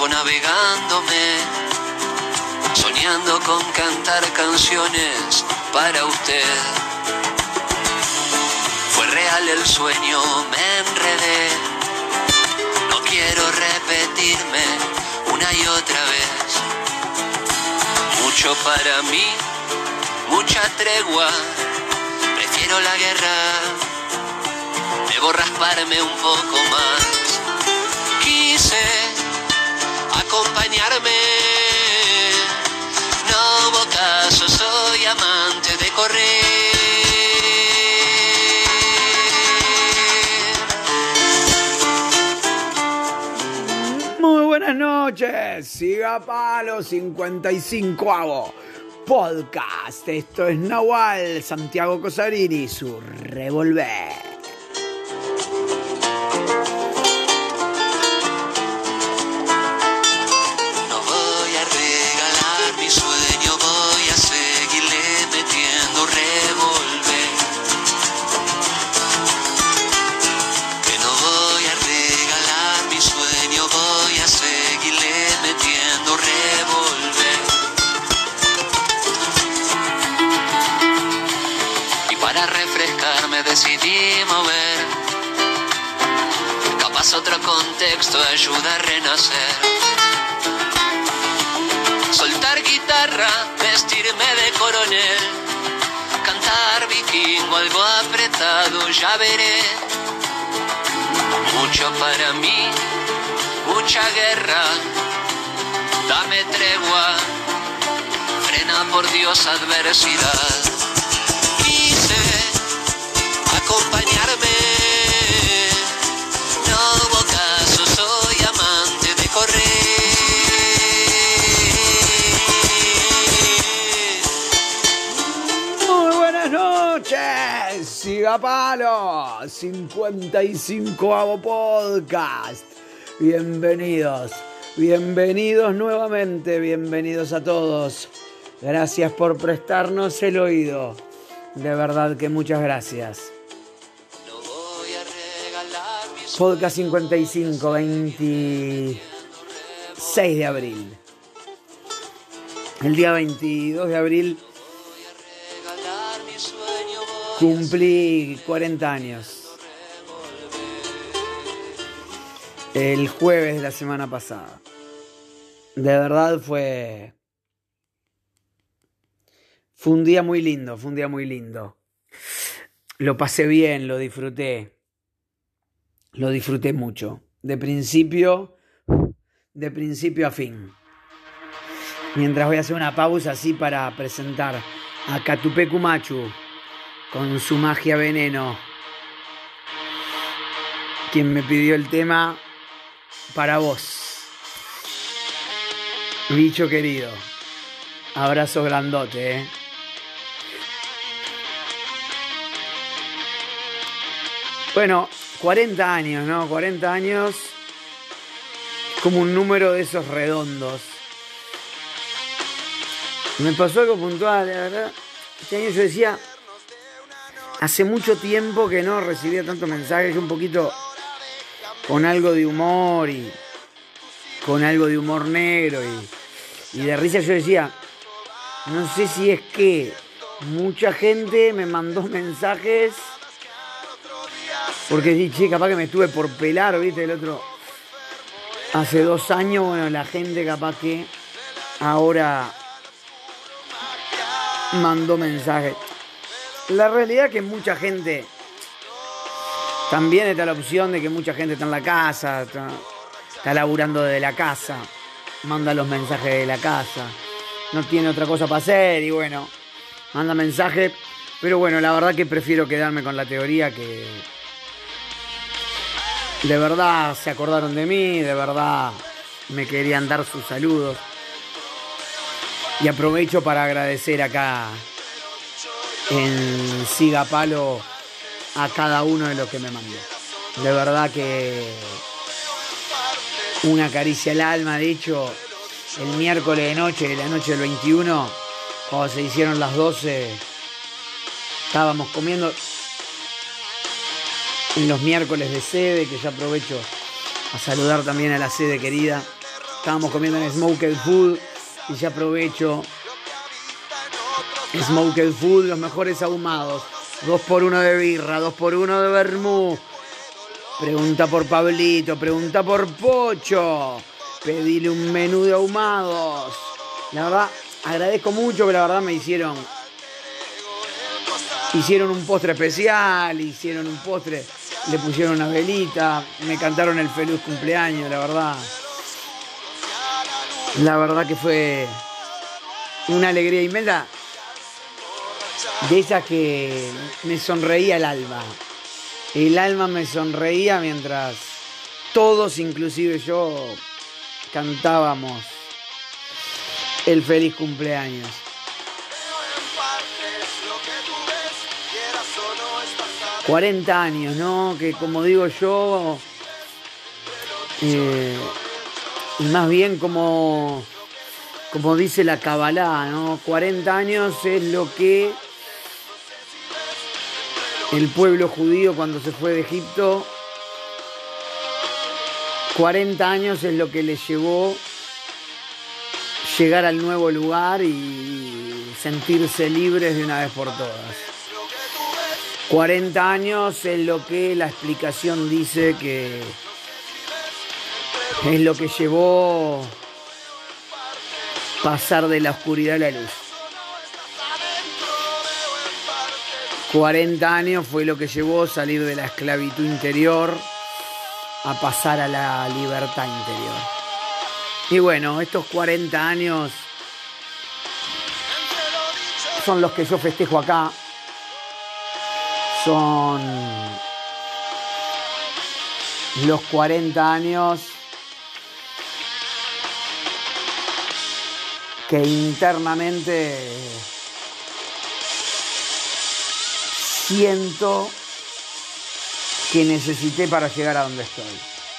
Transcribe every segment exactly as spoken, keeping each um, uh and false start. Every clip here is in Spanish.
tiempo navegándome, soñando con cantar canciones para usted. Fue real el sueño, me enredé. No quiero repetirme una y otra vez. Mucho para mí, mucha tregua. Prefiero la guerra. Debo rasparme un poco más. Quise acompañarme. No hubo caso, soy amante de correr. Muy buenas noches, Siga Palo cincuenta y cinco podcast. Esto es Nahual Santiago Cosarini, su Revolver. Decidí mover, capaz otro contexto ayuda a renacer. Soltar guitarra, vestirme de coronel, cantar vikingo, algo apretado, ya veré. Mucho para mí, mucha guerra, dame tregua, frena por Dios adversidad. Acompañarme, no hubo caso, soy amante de correr. Muy buenas noches, Siga Palo cincuenta y cinco podcast. Bienvenidos, bienvenidos nuevamente, bienvenidos a todos. Gracias por prestarnos el oído. De verdad que muchas gracias. Podcast cincuenta y cinco, veintiséis de abril. El día veintidós de abril cumplí cuarenta años. El jueves de la semana pasada. De verdad fue... Fue un día muy lindo, fue un día muy lindo. Lo pasé bien, lo disfruté. Lo disfruté mucho. De principio, de principio a fin. Mientras voy a hacer una pausa así para presentar a Catupecu Machu con su magia veneno. Quien me pidió el tema para vos. Bicho querido. Abrazo grandote, eh. Bueno, cuarenta años, ¿no? cuarenta años, como un número de esos redondos. Me pasó algo puntual, la verdad. Este año yo decía, hace mucho tiempo que no recibía tantos mensajes, un poquito con algo de humor y con algo de humor negro y, y de risa. Yo decía, no sé si es que mucha gente me mandó mensajes porque sí, che, capaz que me estuve por pelar, ¿viste? El otro, hace dos años, bueno, la gente capaz que ahora mandó mensajes. La realidad es que mucha gente, también está la opción de que mucha gente está en la casa, está, está laburando desde la casa, manda los mensajes de la casa, no tiene otra cosa para hacer y bueno, manda mensajes. Pero bueno, la verdad que prefiero quedarme con la teoría que de verdad se acordaron de mí, de verdad me querían dar sus saludos. Y aprovecho para agradecer acá en Siga Palo a cada uno de los que me mandó. De verdad que una caricia al alma. De hecho, el miércoles de noche, de la noche del veintiuno, cuando se hicieron las doce, estábamos comiendo en los miércoles de sede, que ya aprovecho a saludar también a la sede querida. estábamos comiendo en Smoked Food y ya aprovecho. Smoked Food, los mejores ahumados. Dos por uno de birra, dos por uno de vermú. Pregunta por Pablito, pregunta por Pocho. Pedile un menú de ahumados. La verdad, agradezco mucho, que la verdad me hicieron... Hicieron un postre especial, hicieron un postre, le pusieron una velita, me cantaron el feliz cumpleaños, la verdad. La verdad que fue una alegría inmensa. De esas que me sonreía el alma. El alma me sonreía mientras todos, inclusive yo, cantábamos el feliz cumpleaños. cuarenta años, ¿no? Que como digo yo, eh, y más bien como, como dice la Cabalá, ¿no? cuarenta años es lo que el pueblo judío cuando se fue de Egipto, cuarenta años es lo que les llevó llegar al nuevo lugar y sentirse libres de una vez por todas. cuarenta años es lo que la explicación dice que es lo que llevó pasar de la oscuridad a la luz. cuarenta años fue lo que llevó salir de la esclavitud interior a pasar a la libertad interior. Y bueno, estos cuarenta años son los que yo festejo acá. Son los cuarenta años que internamente siento que necesité para llegar a donde estoy.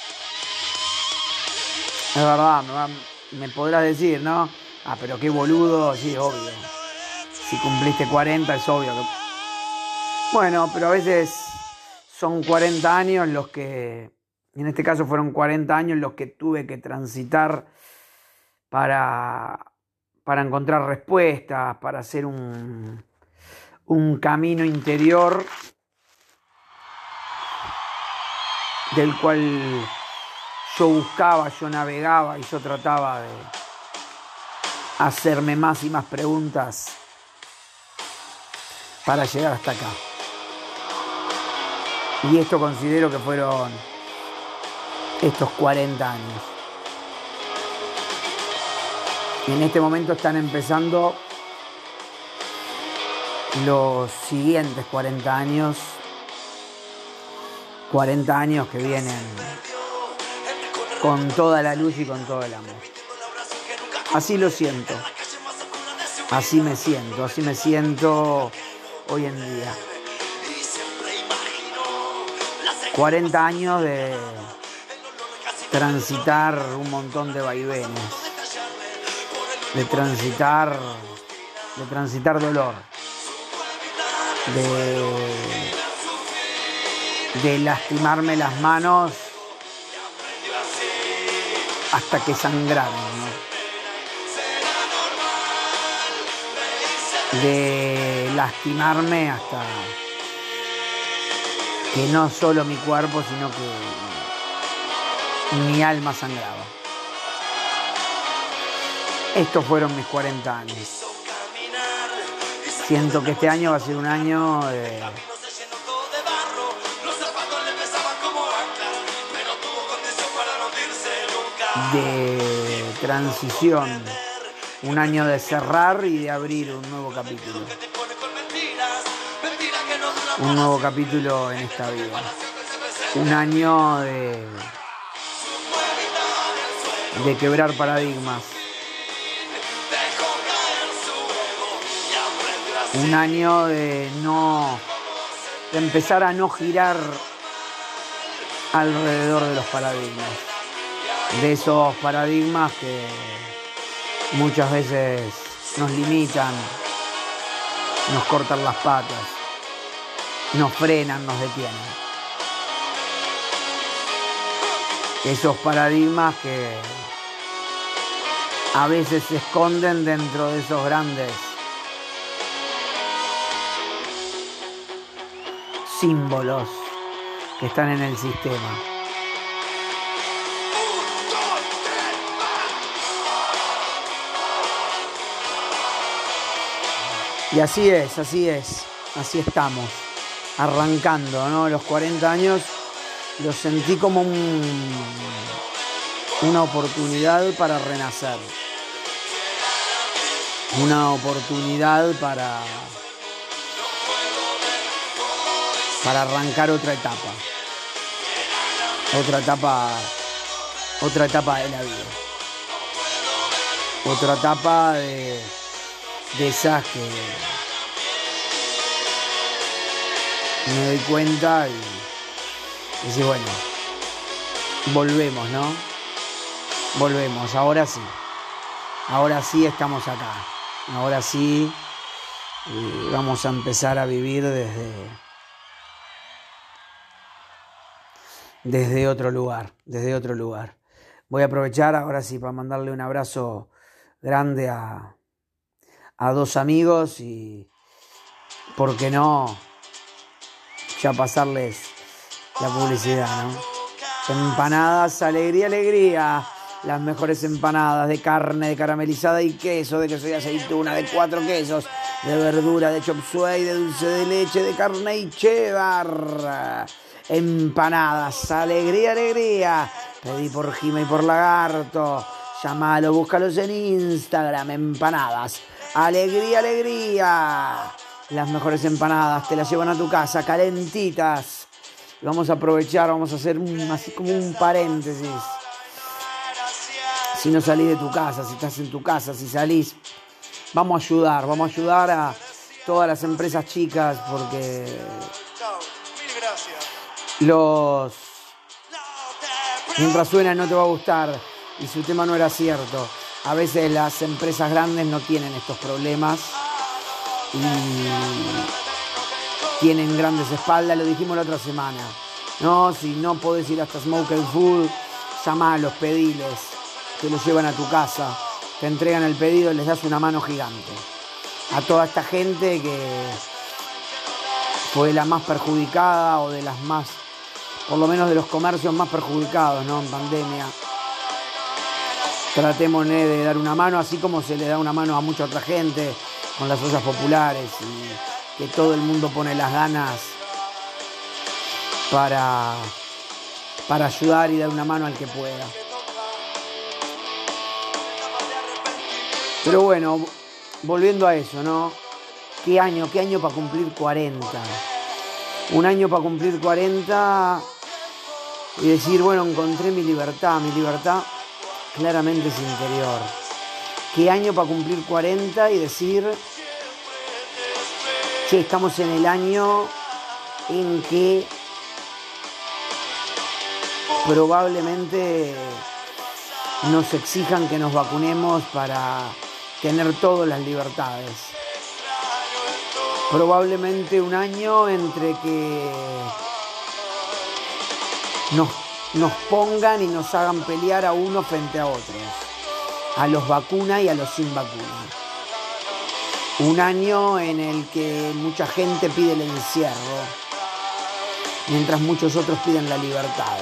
Es verdad, me, me podrás decir, ¿no? Ah, pero qué boludo, sí, obvio. Si cumpliste cuarenta es obvio que... Bueno, pero a veces son cuarenta años los que, en este caso fueron cuarenta años los que tuve que transitar para, para encontrar respuestas, para hacer un, un camino interior del cual yo buscaba, yo navegaba y yo trataba de hacerme más y más preguntas para llegar hasta acá. Y esto considero que fueron estos cuarenta años. Y en este momento están empezando los siguientes cuarenta años. cuarenta años que vienen con toda la luz y con todo el amor. Así lo siento. Así me siento. Así me siento hoy en día. cuarenta años de transitar un montón de vaivenes, de transitar, de transitar dolor, de, de lastimarme las manos hasta que sangraron, ¿no? De lastimarme hasta que no solo mi cuerpo, sino que mi alma sangraba. Estos fueron mis cuarenta años. Siento que este año va a ser un año de, de transición, un año de cerrar y de abrir un nuevo capítulo. Un nuevo capítulo en esta vida. Un año de, de quebrar paradigmas. Un año de no, de empezar a no girar alrededor de los paradigmas. De esos paradigmas que muchas veces nos limitan, nos cortan las patas, nos frenan, nos detienen. Esos paradigmas que a veces se esconden dentro de esos grandes símbolos que están en el sistema. Y así es, así es, así estamos, arrancando, ¿no? Los cuarenta años los sentí como un, una oportunidad para renacer, una oportunidad para, para arrancar otra etapa, otra etapa, otra etapa de la vida, otra etapa de... de esas que me doy cuenta y dice, bueno, volvemos, ¿no? Volvemos, ahora sí. Ahora sí estamos acá. Ahora sí eh, vamos a empezar a vivir desde, desde otro lugar, desde otro lugar. Voy a aprovechar ahora sí para mandarle un abrazo grande a a dos amigos y, ¿por qué no?, ya pasarles la publicidad, ¿no? Empanadas, alegría, alegría. Las mejores empanadas de carne, de caramelizada y queso, de queso y aceituna, de cuatro quesos, de verdura, de chop suey, de dulce de leche, de carne y cheddar. Empanadas, alegría, alegría. Pedí por Jima y por Lagarto. Llámalo, búscalos en Instagram, empanadas. Alegría, alegría. Las mejores empanadas te las llevan a tu casa, calentitas. Y vamos a aprovechar, vamos a hacer un, así como un paréntesis. Si no salís de tu casa, si estás en tu casa, si salís, vamos a ayudar, vamos a ayudar a todas las empresas chicas porque los... Mientras suena no te va a gustar y su tema no era cierto. A veces las empresas grandes no tienen estos problemas y tienen grandes espaldas, lo dijimos la otra semana. No, si no podés ir hasta Smoker Food, llamalos, pediles, te los llevan a tu casa, te entregan el pedido y les das una mano gigante. A toda esta gente que fue la más perjudicada o de las más, por lo menos de los comercios más perjudicados, ¿no?, en pandemia. Tratemos de dar una mano, así como se le da una mano a mucha otra gente con las ollas populares y que todo el mundo pone las ganas para, para ayudar y dar una mano al que pueda. Pero bueno, volviendo a eso, ¿no? ¿Qué año? ¿Qué año para cumplir cuarenta? Un año para cumplir cuarenta y decir, bueno, encontré mi libertad, mi libertad claramente es interior. ¿Qué año para cumplir cuarenta y decir, che, estamos en el año en que probablemente nos exijan que nos vacunemos para tener todas las libertades? Probablemente un año entre que nos nos pongan y nos hagan pelear a unos frente a otros, a los vacuna y a los sin vacuna. Un año en el que mucha gente pide el encierro, mientras muchos otros piden la libertad.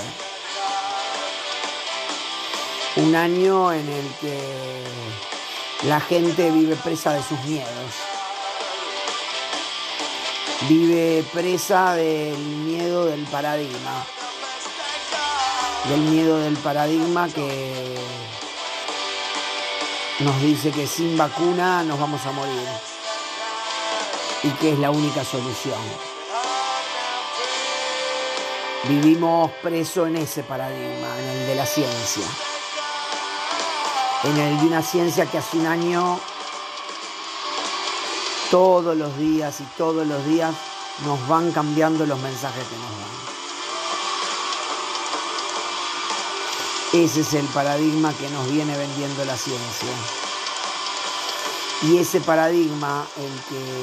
Un año en el que la gente vive presa de sus miedos. Vive presa del miedo del paradigma. Del miedo del paradigma que nos dice que sin vacuna nos vamos a morir y que es la única solución. Vivimos presos en ese paradigma, en el de la ciencia, en el de una ciencia que hace un año todos los días y todos los días nos van cambiando los mensajes que nos dan. Ese es el paradigma que nos viene vendiendo la ciencia. Y ese paradigma, el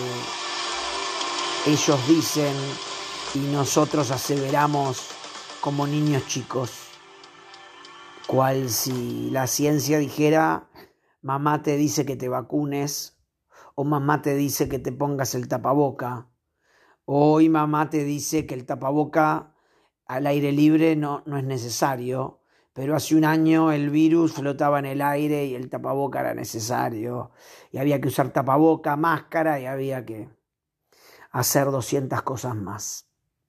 que ellos dicen y nosotros aseveramos como niños chicos, cual si la ciencia dijera, mamá te dice que te vacunes, o mamá te dice que te pongas el tapaboca, o hoy mamá te dice que el tapaboca al aire libre no, no es necesario, pero hace un año el virus flotaba en el aire y el tapaboca era necesario, y había que usar tapaboca, máscara, y había que hacer doscientas cosas más.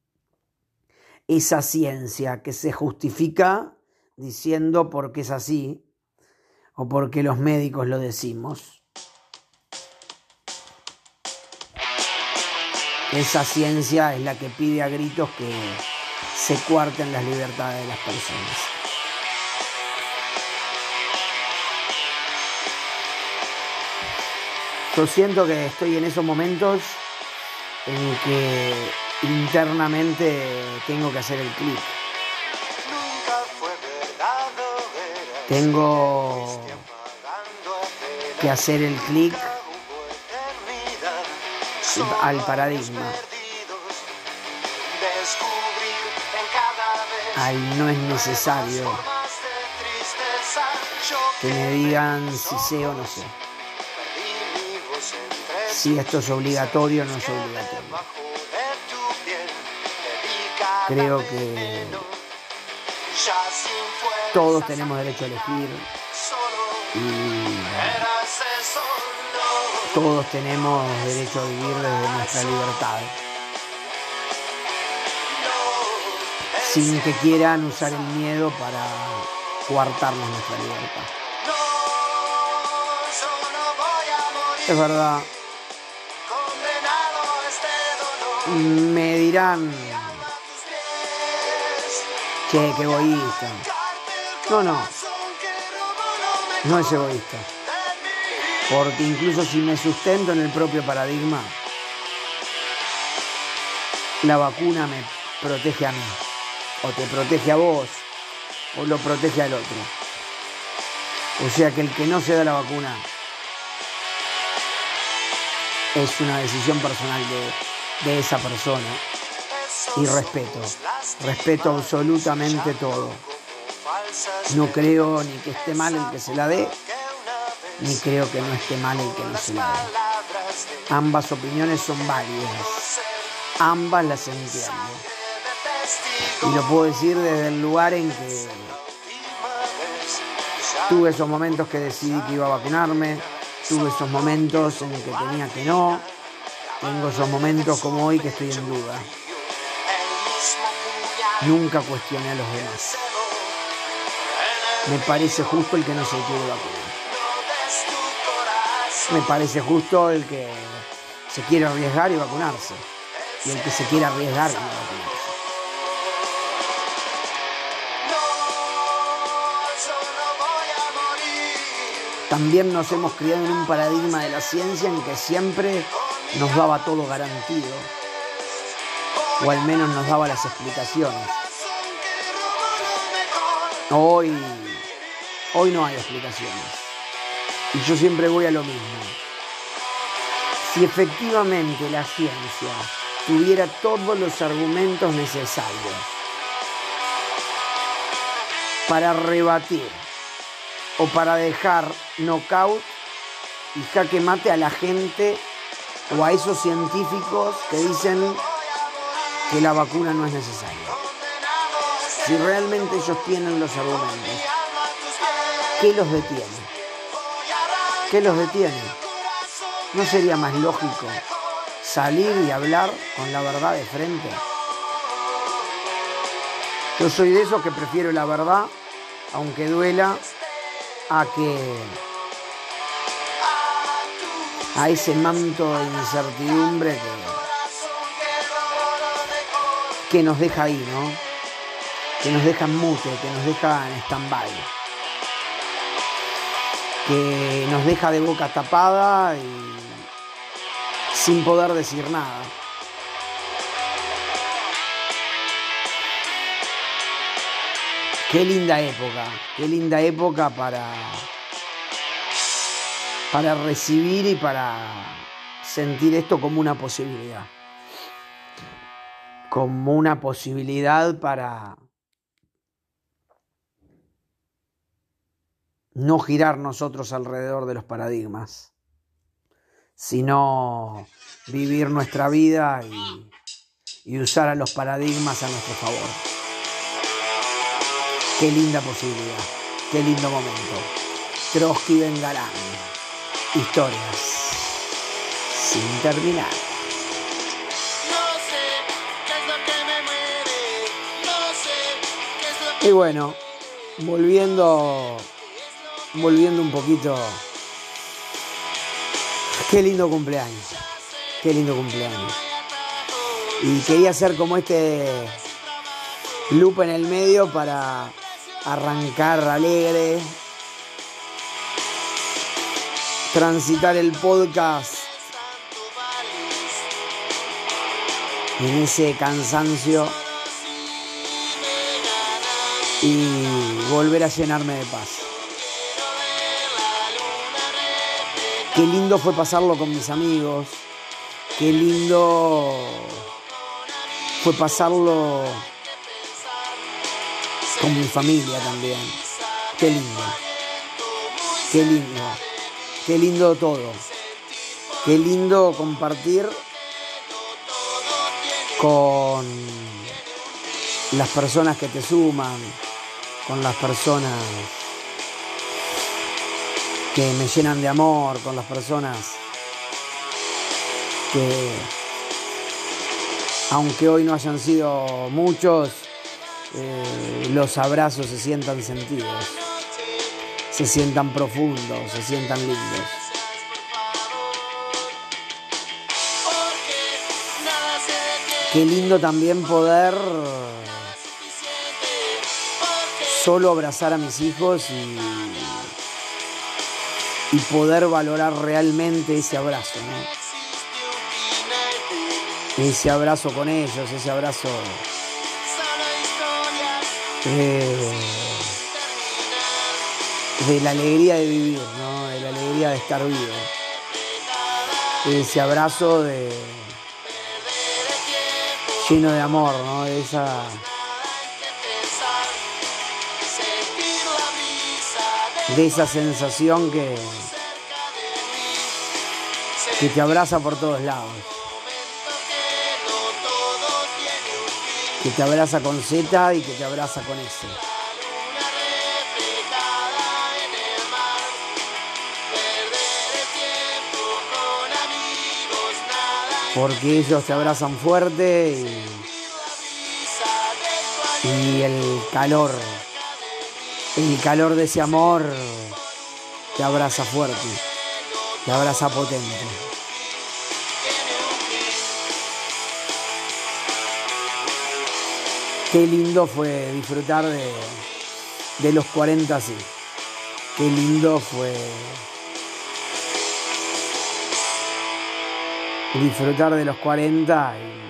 Esa ciencia que se justifica diciendo porque es así, o porque los médicos lo decimos. Esa ciencia es la que pide a gritos que se cuarten las libertades de las personas. Yo siento que estoy en esos momentos en que internamente tengo que hacer el clic. Tengo que hacer el clic al paradigma, al no es necesario que me digan si sé o no sé, si esto es obligatorio o no es obligatorio. Creo que todos tenemos derecho a elegir y todos tenemos derecho a vivir desde nuestra libertad, sin que quieran usar el miedo para coartarnos nuestra libertad. Es verdad, me dirán, che, qué egoísta. No, no, no es egoísta. Porque incluso si me sustento en el propio paradigma, la vacuna me protege a mí, o te protege a vos, o lo protege al otro. O sea que el que no se da la vacuna es una decisión personal de, de esa persona. Y respeto, respeto absolutamente todo. No creo ni que esté mal el que se la dé, ni creo que no esté mal el que no se la dé. Ambas opiniones son válidas, ambas las entiendo. Y lo puedo decir desde el lugar en que tuve esos momentos que decidí que iba a vacunarme, tuve esos momentos en que tenía que no, tengo esos momentos como hoy que estoy en duda. Nunca cuestioné a los demás. Me parece justo el que no se quiere vacunar. Me parece justo el que se quiere arriesgar y vacunarse. Y el que se quiere arriesgar y vacunarse. También nos hemos criado en un paradigma de la ciencia en que siempre nos daba todo garantido. O al menos nos daba las explicaciones. Hoy, hoy no hay explicaciones. Y yo siempre voy a lo mismo. Si efectivamente la ciencia tuviera todos los argumentos necesarios para rebatir o para dejar knockout y jaque mate a la gente o a esos científicos que dicen que la vacuna no es necesaria. Si realmente ellos tienen los argumentos, ¿qué los detiene? ¿Qué los detiene? ¿No sería más lógico salir y hablar con la verdad de frente? Yo soy de esos que prefiero la verdad, aunque duela, a que a ese manto de incertidumbre que, que nos deja ahí, ¿no? Que nos deja en mute, que nos deja en stand-by, que nos deja de boca tapada y sin poder decir nada. Qué linda época, qué linda época para, para recibir y para sentir esto como una posibilidad. Como una posibilidad para no girar nosotros alrededor de los paradigmas, sino vivir nuestra vida y, y usar a los paradigmas a nuestro favor. Qué linda posibilidad, qué lindo momento. Trotsky Vengarán, historias sin terminar. Y bueno, volviendo, volviendo un poquito, qué lindo cumpleaños, qué lindo cumpleaños. Y quería hacer como este loop en el medio para arrancar alegre, transitar el podcast en ese cansancio y volver a llenarme de paz. Qué lindo fue pasarlo con mis amigos, qué lindo fue pasarlo con mi familia también. Qué lindo, qué lindo, qué lindo todo. Qué lindo compartir con las personas que te suman, con las personas que me llenan de amor, con las personas que, aunque hoy no hayan sido muchos, eh, los abrazos se sientan sentidos, se sientan profundos, se sientan lindos. Qué lindo también poder solo abrazar a mis hijos y, y poder valorar realmente ese abrazo, ¿no? Ese abrazo con ellos, ese abrazo eh, de la alegría de vivir, ¿no? De la alegría de estar vivo. Ese abrazo de lleno de amor, ¿no? De esa de esa sensación que que te abraza por todos lados, que te abraza con Z y que te abraza con S. Porque ellos te abrazan fuerte y, y el calor, el calor de ese amor te abraza fuerte, te abraza potente. Qué lindo fue disfrutar de, de los cuarenta así. Qué lindo fue disfrutar de los cuarenta y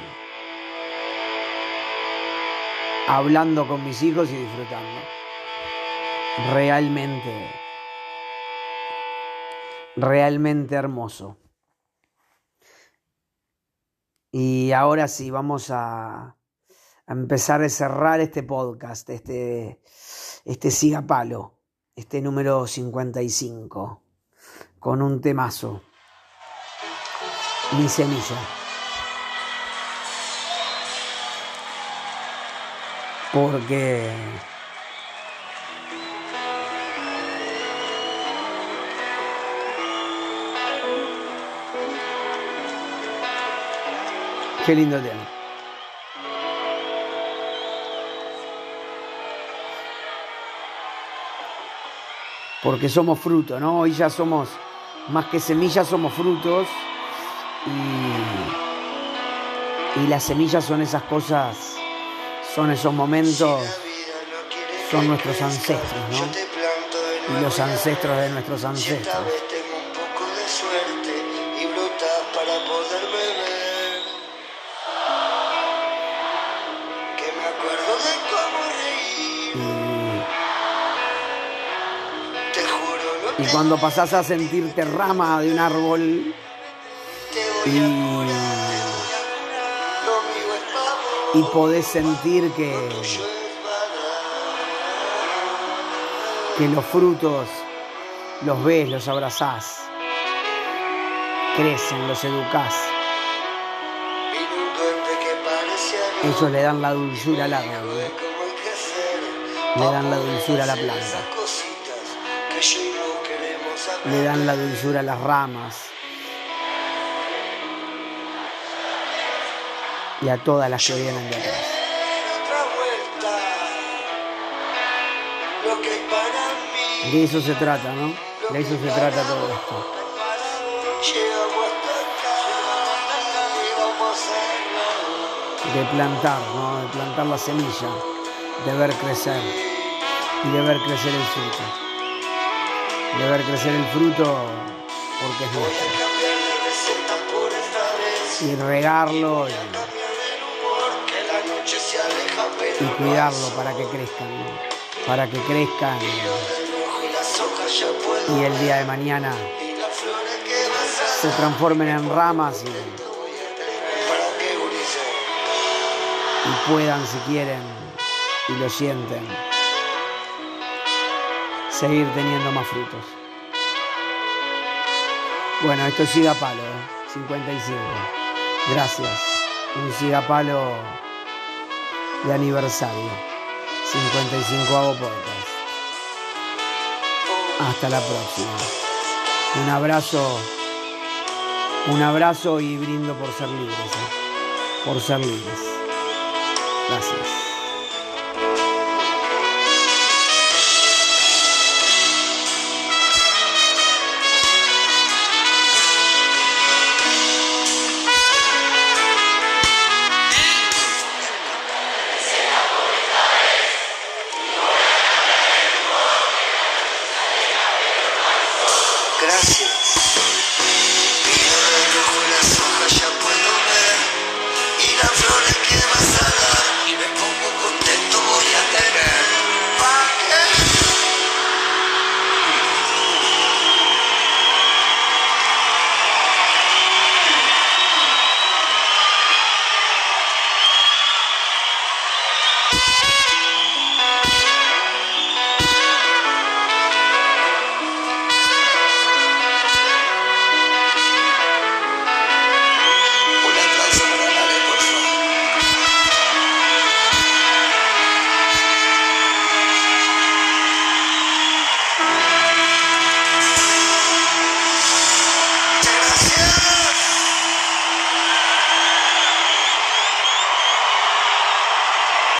hablando con mis hijos y disfrutando. Realmente, realmente hermoso. Y ahora sí, vamos a, a empezar a cerrar este podcast, este, este Sigapalo, este número cincuenta y cinco, con un temazo. Mi semilla. Porque qué lindo tema. Porque somos fruto, ¿no? Hoy ya somos, más que semillas, somos frutos. Y, y las semillas son esas cosas, son esos momentos, son nuestros ancestros, ¿no? Y los ancestros de nuestros ancestros. Y, y cuando pasás a sentirte rama de un árbol, Y, y podés sentir que, que los frutos los ves, los abrazás, crecen, los educás. Ellos le dan la dulzura al árbol, ¿no? Le dan la dulzura a la planta, le dan la dulzura a las ramas y a todas las que vienen de atrás. De eso se trata, ¿no? De eso se trata todo esto. De plantar, ¿no? De plantar la semilla, de ver crecer y de ver crecer el fruto. De ver crecer el fruto porque es nuestro. Y regarlo y, y cuidarlo para que crezcan, ¿no? Para que crezcan y el día de mañana se transformen en ramas y, y puedan, si quieren y lo sienten, seguir teniendo más frutos. Bueno, esto es Siga Palo, ¿eh? cincuenta y cinco. Gracias. Un Siga Palo de aniversario. cincuenta y cincoavo podcast. Hasta la próxima. Un abrazo. Un abrazo y brindo por ser libres, ¿eh? Por ser libres. Gracias.